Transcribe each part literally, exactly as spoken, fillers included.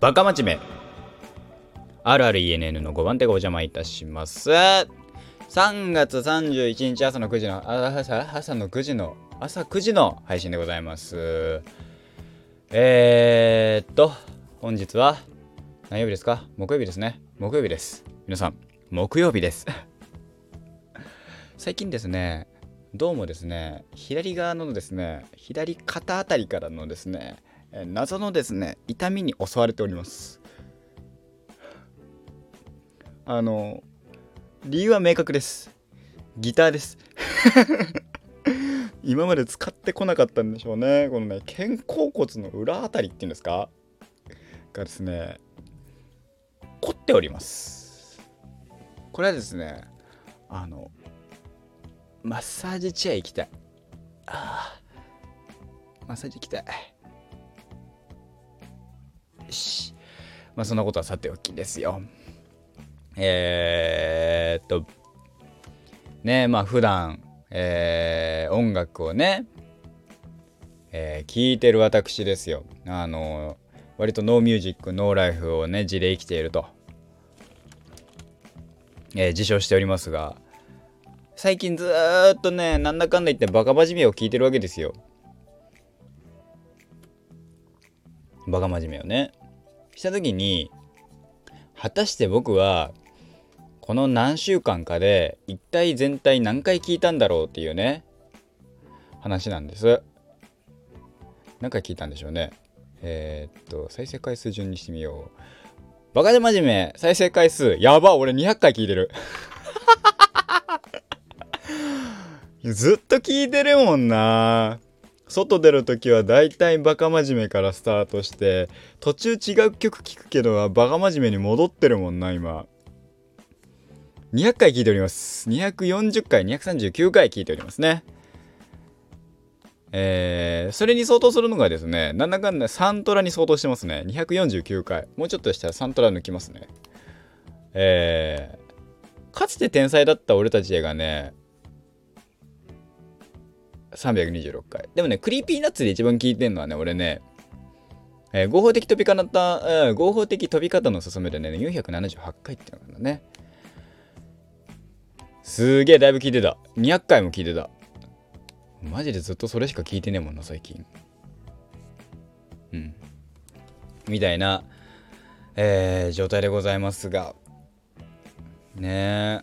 バカ真面目 アールアールイーエヌエヌ のごばん手がお邪魔いたします。さんがつさんじゅういちにち朝のくじの朝朝のくじの朝くじの配信でございます。えーっと本日は何曜日ですか？木曜日ですね。木曜日です。皆さん木曜日です最近ですね、どうもですね、左側のですね、左肩あたりからのですね、謎のですね、痛みに襲われております。あの、理由は明確です。ギターです今まで使ってこなかったんでしょうね。このね、肩甲骨の裏あたりっていうんですかがですね、凝っております。これはですね、あの、マッサージチェア行きたい。あーマッサージ行きたい。よし。まあそんなことはさておきですよ。えー、っと、ね、まあ普段、えー、音楽をね、えー、聴いてる私ですよ。あの、割とノーミュージック、ノーライフをね、地で生きていると、えー、自称しておりますが、最近ずーっとね、なんだかんだ言ってバカ真面目を聴いてるわけですよ。バカ真面目をね。した時に、果たして僕は、この何週間かで一体全体何回聞いたんだろうっていうね話なんです。何回聞いたんでしょうね。えー、っと再生回数順にしてみよう。バカで真面目再生回数やば、俺にひゃっかい聞いてるずっと聞いてるもんな。外出るときはだいたいバカ真面目からスタートして途中違う曲聞くけどバカ真面目に戻ってるもんな。今にひゃっかい聞いております。にひゃくよんじゅっかい、にひゃくさんじゅうきゅうかい聞いておりますね。えー、それに相当するのがですね、なんだかんだサントラに相当してますね。にひゃくよんじゅうきゅうかい。もうちょっとしたらサントラ抜きますね。えー、かつて天才だった俺たちがね、さんびゃくにじゅうろっかい。でもね、クリーピーナッツで一番聞いてんのはね、俺ね、えー、合法的飛び方、えー、合法的飛び方のすすめでね、よんひゃくななじゅうはちかいっていうのかなね。すげえだいぶ聞いてた。にひゃっかいも聞いてた。マジでずっとそれしか聞いてねえもんな最近。うんみたいな、えー、状態でございますがね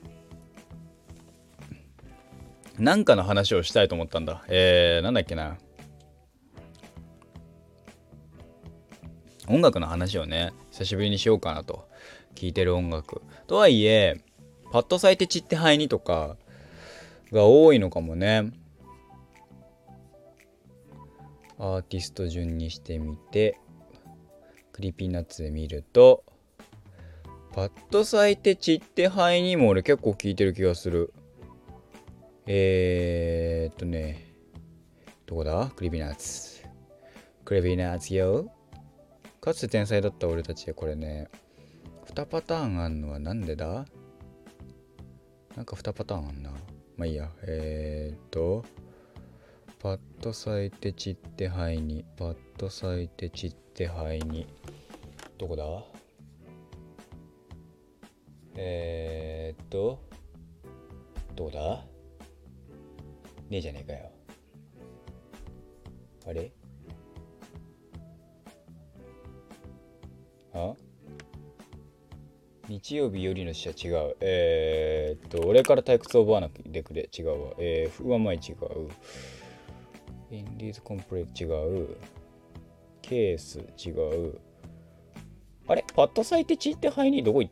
え、なんかの話をしたいと思ったんだ。えー、なんだっけな、音楽の話をね久しぶりにしようかなと。聴いてる音楽とはいえパッと咲いて散って灰にとかが多いのかもね。アーティスト順にしてみて、クリーピーナッツで見ると、パッと咲いて散って灰にも俺結構聴いてる気がする。えーっとね、どこだ？クリーピーナッツ。クリーピーナッツよ。かつて天才だった俺たちでこれね、にパターンあんのはなんでだ？なんかにパターンあんな。まあいいや。えーっと、パッと咲いて散って灰に。パッと咲いて散って灰に。どこだ？えーっと、どうだ？ねえじゃねえかよ。あれ？あ？日曜日よりの死者違う。えー、っと、俺から退屈を奪わなくてくれ。違うわ。えー、不安前違う。インディーズコンプレ違う。ケース違う。あれ？パッと咲いて散って灰にどこ行った？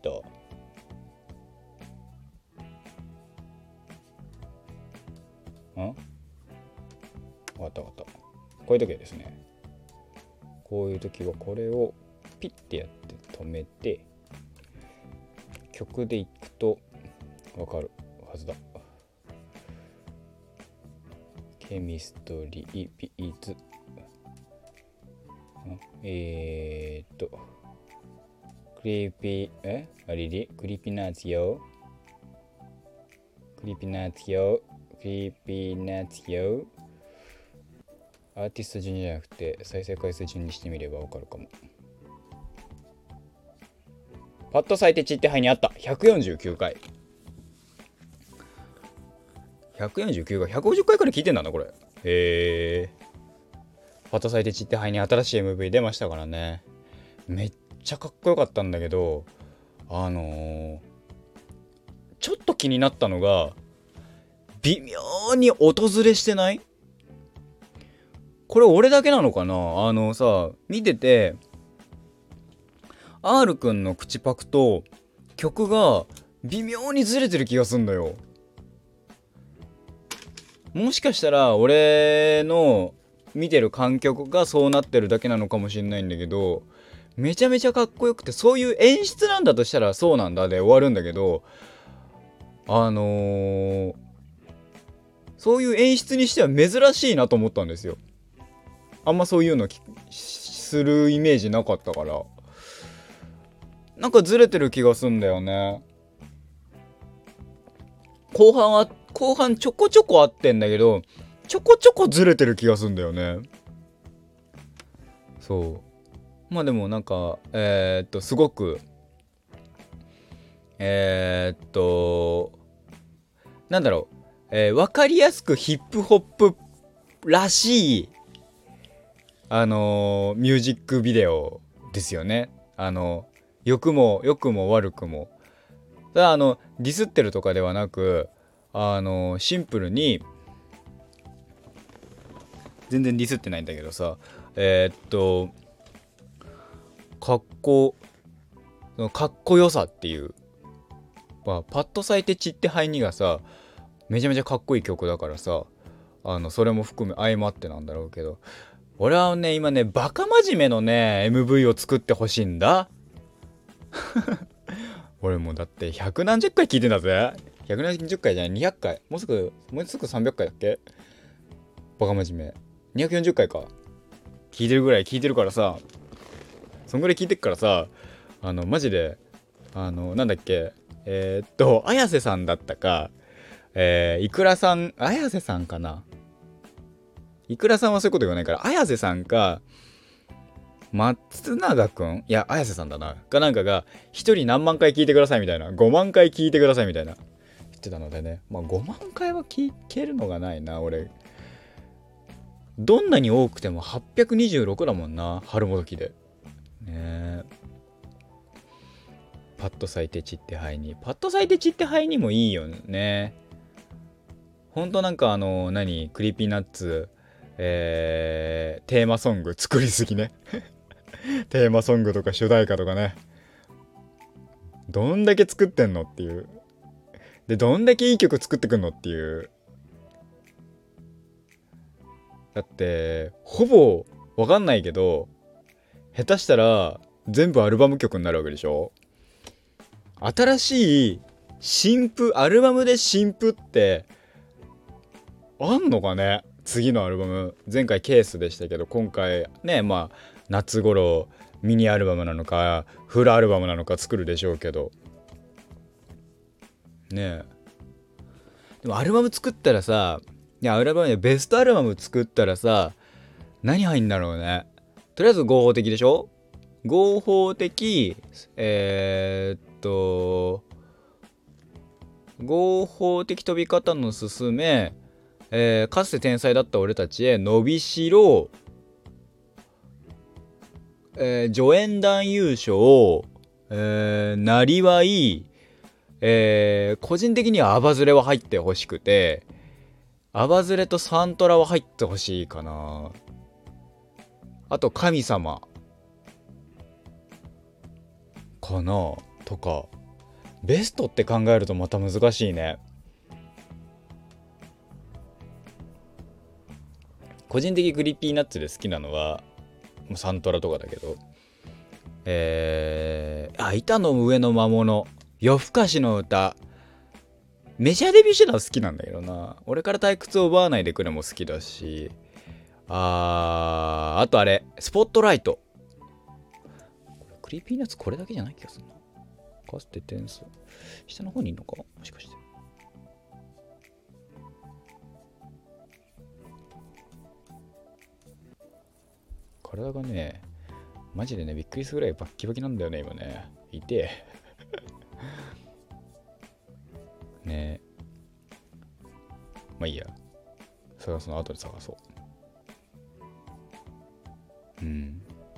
ん？わかったわかった。こういう時はですね、こういう時はこれをピッてやって止めて、曲でいくとわかるはずだ。ケミストリーピーズ。えーっと、クリーピー、えあれでクリーピーナッツよ。クリーピーナッツよ。クリーピーナッツよ。アーティスト順じゃなくて再生回数順にしてみればわかるかも。 パッと咲いて散って灰にあった。ひゃくよんじゅうきゅうかい。ひゃくよんじゅうきゅうかい、ひゃくごじゅっかいくらい聞いてんだなこれ。へえ。パッと咲いて散って灰に新しい エムブイ 出ましたからね。めっちゃかっこよかったんだけど、あのー、ちょっと気になったのが、微妙に音ずれしてない？これ俺だけなのかな？あのさ、見てて R くんの口パクと曲が微妙にずれてる気がすんのよ。もしかしたら俺の見てる環境がそうなってるだけなのかもしれないんだけど、めちゃめちゃかっこよくて、そういう演出なんだとしたらそうなんだで終わるんだけど、あのー、そういう演出にしては珍しいなと思ったんですよ。あんまそういうのするイメージなかったから、なんかずれてる気がすんだよね。後半は後半ちょこちょこあってんだけど、ちょこちょこずれてる気がすんだよね。そうまあでもなんかえー、っとすごくえー、っとなんだろう、えー、分かりやすくヒップホップらしいあのー、ミュージックビデオですよね。あの良くも良くも悪くも、ただあのディスってるとかではなく、あのシンプルに全然ディスってないんだけどさ、えー、っとかっこかっこよさっていう、まあ、パッと咲いて散って灰にがさめちゃめちゃかっこいい曲だからさ、あのそれも含め相まってなんだろうけど、俺はね今ねバカ真面目のね エムブイ を作ってほしいんだ。俺もうだって百何十回聞いてんだぜ。百何十回じゃない、にひゃっかい、もうすぐもうすぐさんびゃっかいだっけ。バカ真面目にひゃくよんじゅっかいか聞いてるぐらい聞いてるからさ、そんぐらい聞いてっからさ、あのマジであのなんだっけ、えー、っと綾瀬さんだったか、えー、いくらさん、綾瀬さんかな、いくらさんはそういうこと言わないから、綾瀬さんか松永くん、いや綾瀬さんだなかなんかが一人何万回聞いてくださいみたいな、ごまんかい聞いてくださいみたいな言ってたのでね、まあごまんかいは聞けるのがないな俺。どんなに多くてもはっぴゃくにじゅうろくだもんな、春もどきでねえ。パッと咲いて散って灰に、パッと咲いて散って灰にもいいよね。ほんとなんかあの何クリーピーナッツ、えー、テーマソング作りすぎね。テーマソングとか主題歌とかね、どんだけ作ってんのっていう、でどんだけいい曲作ってくんのっていう。だってほぼわかんないけど下手したら全部アルバム曲になるわけでしょ。新しい新譜、アルバムで新譜ってあんのかね。次のアルバム、前回ケースでしたけど今回ね、まあ夏頃ミニアルバムなのかフルアルバムなのか作るでしょうけどねえ。でもアルバム作ったらさ、いやアルバムでベストアルバム作ったらさ何入んだろうね。とりあえず合法的でしょ。合法的、えー、っと合法的飛び方のすすめ、えー、かつて天才だった俺たちへ伸びしろ、えー、助演男優賞、えー、なりわい、えー、個人的にはアバズレは入ってほしくて、アバズレとサントラは入ってほしいかな。あと神様かなとか。ベストって考えるとまた難しいね。個人的クリーピーナッツで好きなのはもうサントラとかだけど、えー、あ、板の上の魔物、夜更かしの歌、メジャーデビューしてたの好きなんだけどな。俺から退屈を奪わないでくれも好きだし、あー、あとあれスポットライト。クリーピーナッツこれだけじゃない気がするな。かつて天才、下の方にいるのかもしかして。体がねマジでねびっくりするぐらいバッキバキなんだよね今ね。いて探すの後で探そう。うん。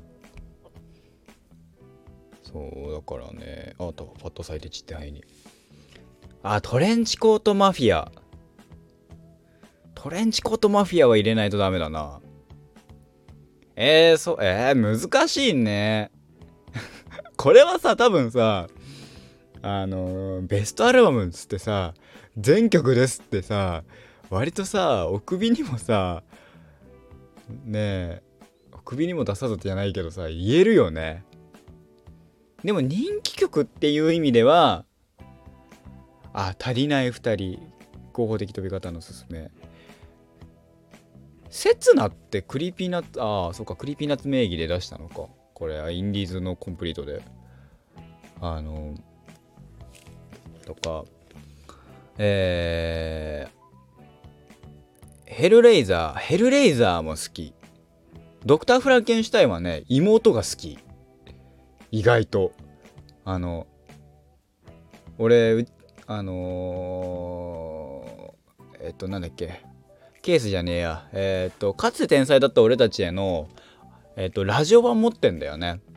そうだからね、あとパッと咲いてちってはいに。あ、トレンチコートマフィア。トレンチコートマフィアは入れないとダメだな。えー、そう、えー、難しいね。これはさ、多分さ、あのー、ベストアルバムっつってさ、全曲ですってさ、割とさ、お首にもさ、ねえ、お首にも出さずじゃないけどさ、言えるよね。でも人気曲っていう意味では、あ、足りないふたり、合法的飛び方のすすめ。セツナってクリーピーナッツ、ああ、そっか、クリーピーナッツ名義で出したのか。これ、インディーズのコンプリートで。あの、とか、えー、ヘルレイザー、ヘルレイザーも好き。ドクター・フランケンシュタインはね、妹が好き。意外と。あの、俺、あのー、えっと、なんだっけ。ケースじゃねえや。えっと、かつて天才だった俺たちへの、えっと、ラジオ版持ってんだよね。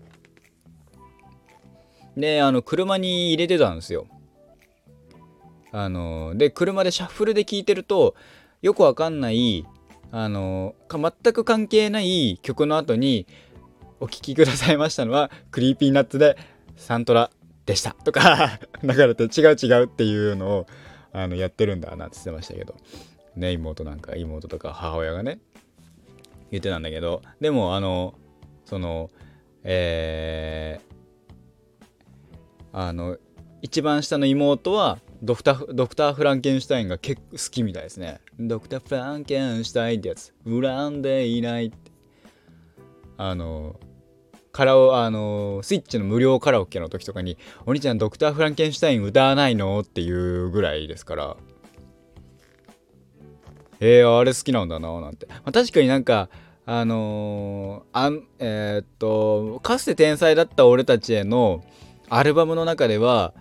で、あの、車に入れてたんですよ。あの、で、車でシャッフルで聴いてると、よくわかんない、あの、全く関係ない曲の後に、お聴きくださいましたのは、クリーピーナッツでサントラでしたとか流れて、違う違うっていうのを、あの、やってるんだなって言ってましたけど。ね、妹なんか、妹とか母親がね、言ってたんだけど、でも、あの、その、えー、あの、一番下の妹は、ドクター、ドクターフランケンシュタインが結構好きみたいですね。ドクターフランケンシュタインってやつ。恨んでいないって。あの、カラオ、あの、スイッチの無料カラオケの時とかに、お兄ちゃんドクターフランケンシュタイン歌わないのっていうぐらいですから。えー、あれ好きなんだななんて。まあ、確かになんか、あのー、あん、えー、っと、かつて天才だった俺たちへのアルバムの中では、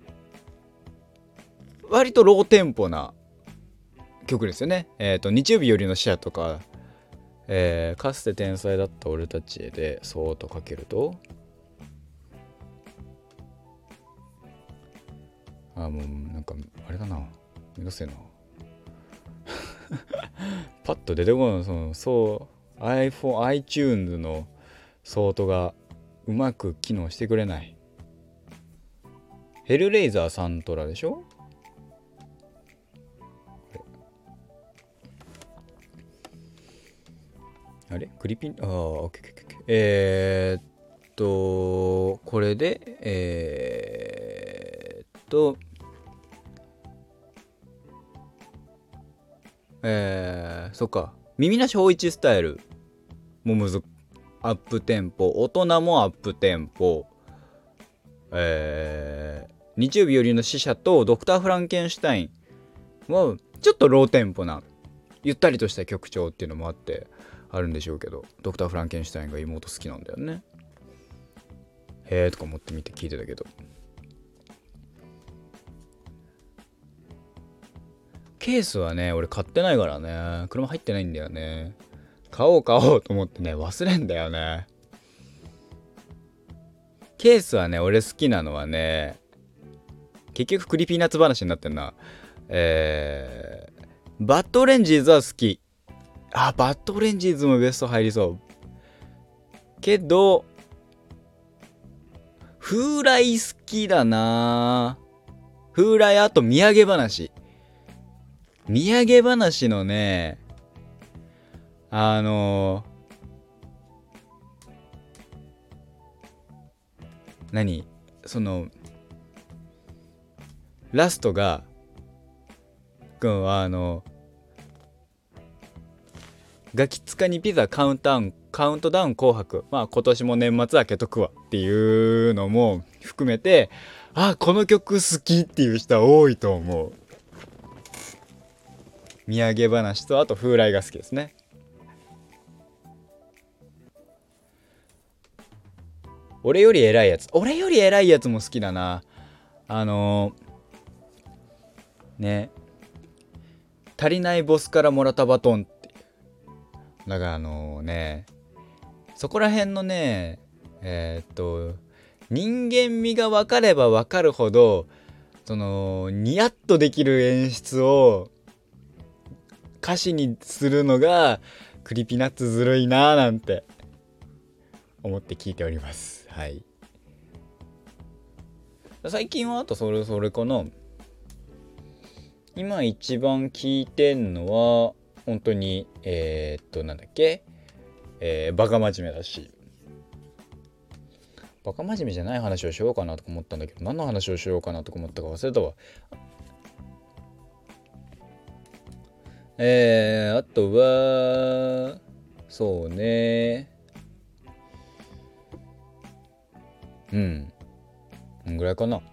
割とローテンポな曲ですよね。えっ、ー、と、日曜日よりの死者とか、えー、かつて天才だった俺たちへで、そうとかけると、あ、もうなんか、あれだな。めんどくせえな。パッと出てこない、その、そう、iPhone、iTunes のソートがうまく機能してくれない。ヘルレイザーサントラでしょ。あれクリピン、ああ、オッケーオッケーオッケー。えー、っと、これで、えー、っと、えー、そっか。耳なし法一スタイルもむず、アップテンポ。大人もアップテンポ。えー、日曜日よりの死者とドクター・フランケンシュタインは、ちょっとローテンポな、ゆったりとした曲調っていうのもあって、あるんでしょうけど、ドクター・フランケンシュタインが妹好きなんだよね。へえとか思ってみて聞いてたけど。ケースはね、俺買ってないからね。車入ってないんだよね。買おう買おうと思ってね、忘れんだよね。ケースはね、俺好きなのはね、結局クリピーナッツ話になってんな。えー、バッドオレンジーズは好き。あ、バッドオレンジーズもベスト入りそう。けど、風来好きだな。風来、あと土産話。土産話のね、あのー、何その、ラストが、あの、ガキ使にピザカウントダウン、カウントダウン紅白。まあ今年も年末開けとくわっていうのも含めて、あ、この曲好きっていう人は多いと思う。土産話とあと風来が好きですね。俺より偉いやつ。俺より偉いやつも好きだな。あのー、ね。 足りないボスからもらったバトンっていう。だからあのね、そこら辺のね、えー、っと人間味が分かれば分かるほど、そのニヤッとできる演出を歌詞にするのがクリピナッツずるいなーなんて思って聞いております。はい。最近はあとそれそれかな。今一番聞いてんのは本当にえー、っとなんだっけ、えー、バカ真面目だし、バカ真面目じゃない話をしようかなとか思ったんだけど、何の話をしようかなとか思ったか忘れたわ。えー、あとはそうね、うんこんぐらいかな。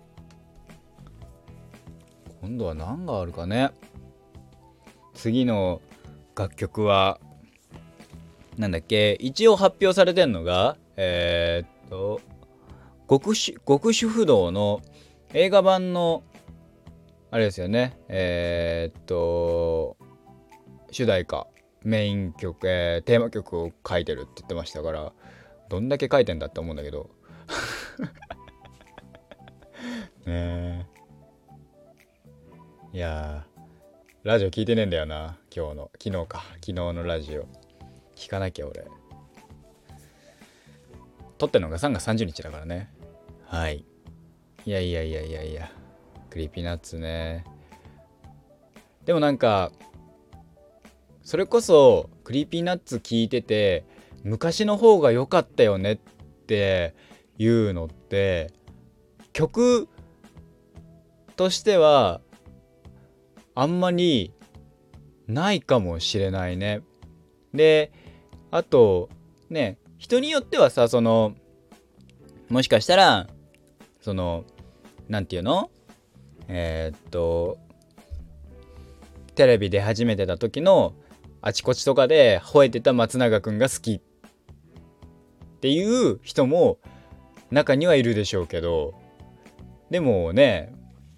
今度は何があるかね。次の楽曲はなんだっけ、一応発表されてんのがえー、っと極主極主不動の映画版のあれですよね。えー、っと主題歌メイン曲、えー、テーマ曲を書いてるって言ってましたから、どんだけ書いてんだって思うんだけどねえ、いやラジオ聞いてねえんだよな今日の。昨日か昨日のラジオ聞かなきゃ。俺撮ってるのがさんがつさんじゅうにちだからね。はい。いやいやいやいやいや、クリーピーナッツね。でもなんかそれこそクリーピーナッツ聞いてて昔の方が良かったよねっていうのって曲としてはあんまりないかもしれないね。で、あとね、人によってはさ、そのもしかしたらそのなんていうの、えー、っとテレビで初めてた時のあちこちとかで吠えてた松永くんが好きっていう人も中にはいるでしょうけど、でもね、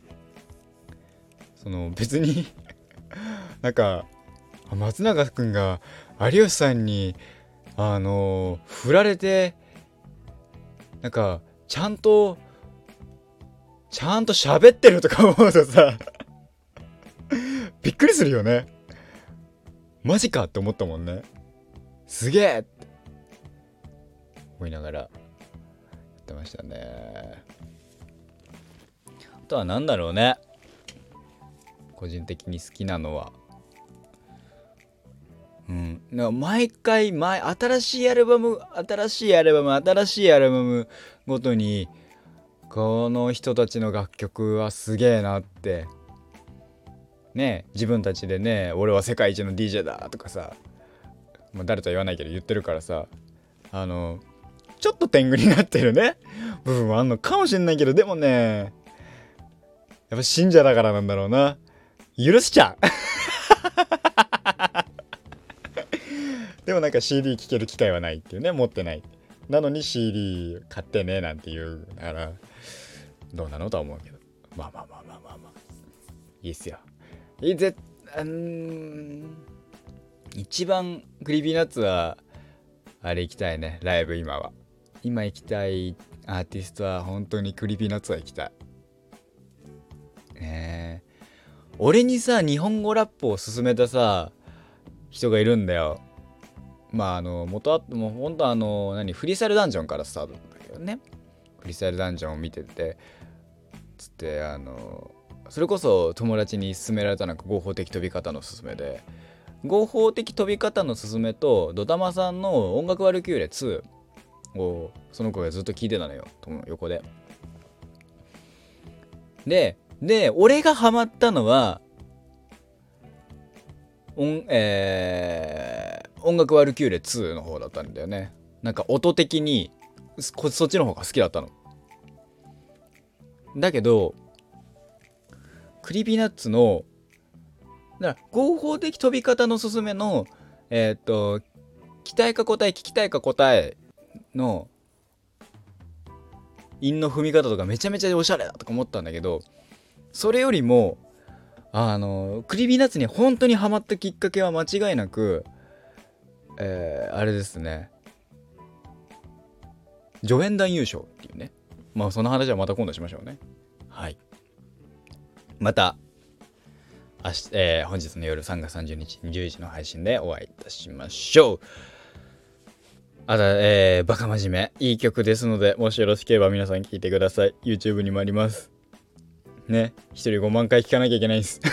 その別になんか松永くんが有吉さんにあの振られてなんかちゃんとちゃんと喋ってるとか思うとさびっくりするよね。マジかって思ったもんね。すげえって思いながらやってましたね。あとはなんだろうね、個人的に好きなのは、うん、なんか毎回毎新しいアルバム新しいアルバム新しいアルバムごとにこの人たちの楽曲はすげえなってね、自分たちでね、俺は世界一の ディージェー だとかさ、まあ、誰とは言わないけど言ってるからさ、あのちょっと天狗になってるね部分はあんのかもしんないけど、でもねやっぱ信者だからなんだろうな、許しちゃうでもなんか シーディー 聴ける機会はないっていうね、持ってない、なのに シーディー 買ってねなんて言うだからどうなのとは思うけど、まあまあまあまあまあまあいいっすよ。いいぜ。あん一番クリーピーナッツはあれ行きたいね、ライブ。今は今行きたいアーティストは本当にクリーピーナッツは行きたいね。え俺にさ日本語ラップを勧めたさ人がいるんだよ。まああの元あっても本当あの何フリースタイルダンジョンからスタートだったけどね、フリースタイルダンジョンを見ててつって、あのそれこそ友達に勧められたのが合法的飛び方のすすめで、合法的飛び方のすすめとドタマさんの音楽ワルキューレツーをその子がずっと聞いてたのよ、横で。でで俺がハマったのは音、えー、音楽ワルキューレツーの方だったんだよね。なんか音的に そ, そっちの方が好きだったの。だけどクリーピーナッツのだから合法的飛び方のすすめのえー、っと期待か答え聞きたいか答えの韻の踏み方とかめちゃめちゃおしゃれだとか思ったんだけど、それよりもあのクリビーナッツに本当にハマったきっかけは間違いなく、えー、あれですね、助演男優賞っていうね。まあその話はまた今度しましょうね。はい。また明日、えー、本日の夜さんがつさんじゅうにちじゅうじの配信でお会いいたしましょう。あだ、えー、バカ真面目いい曲ですので、もしよろしければ皆さん聴いてください。 YouTube にもありますね。一人ごまんかい聴かなきゃいけないんです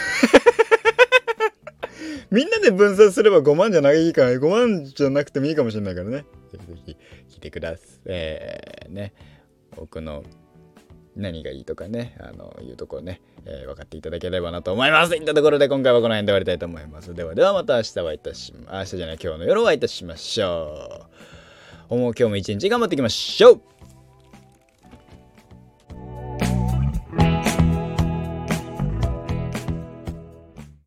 みんなで分散すればごまんじゃないから、ごまんじゃなくてもいいかもしれないからね。ぜひぜひ聴いてください。えー、ね、僕の何がいいとかね、あのいうところね、えー、分かっていただければなと思います。といったところで今回はこの辺で終わりたいと思います。ではではまた明日お会いいたしま明日じゃない今日の夜お会いいたしましょう。もう今日も一日頑張っていきましょう。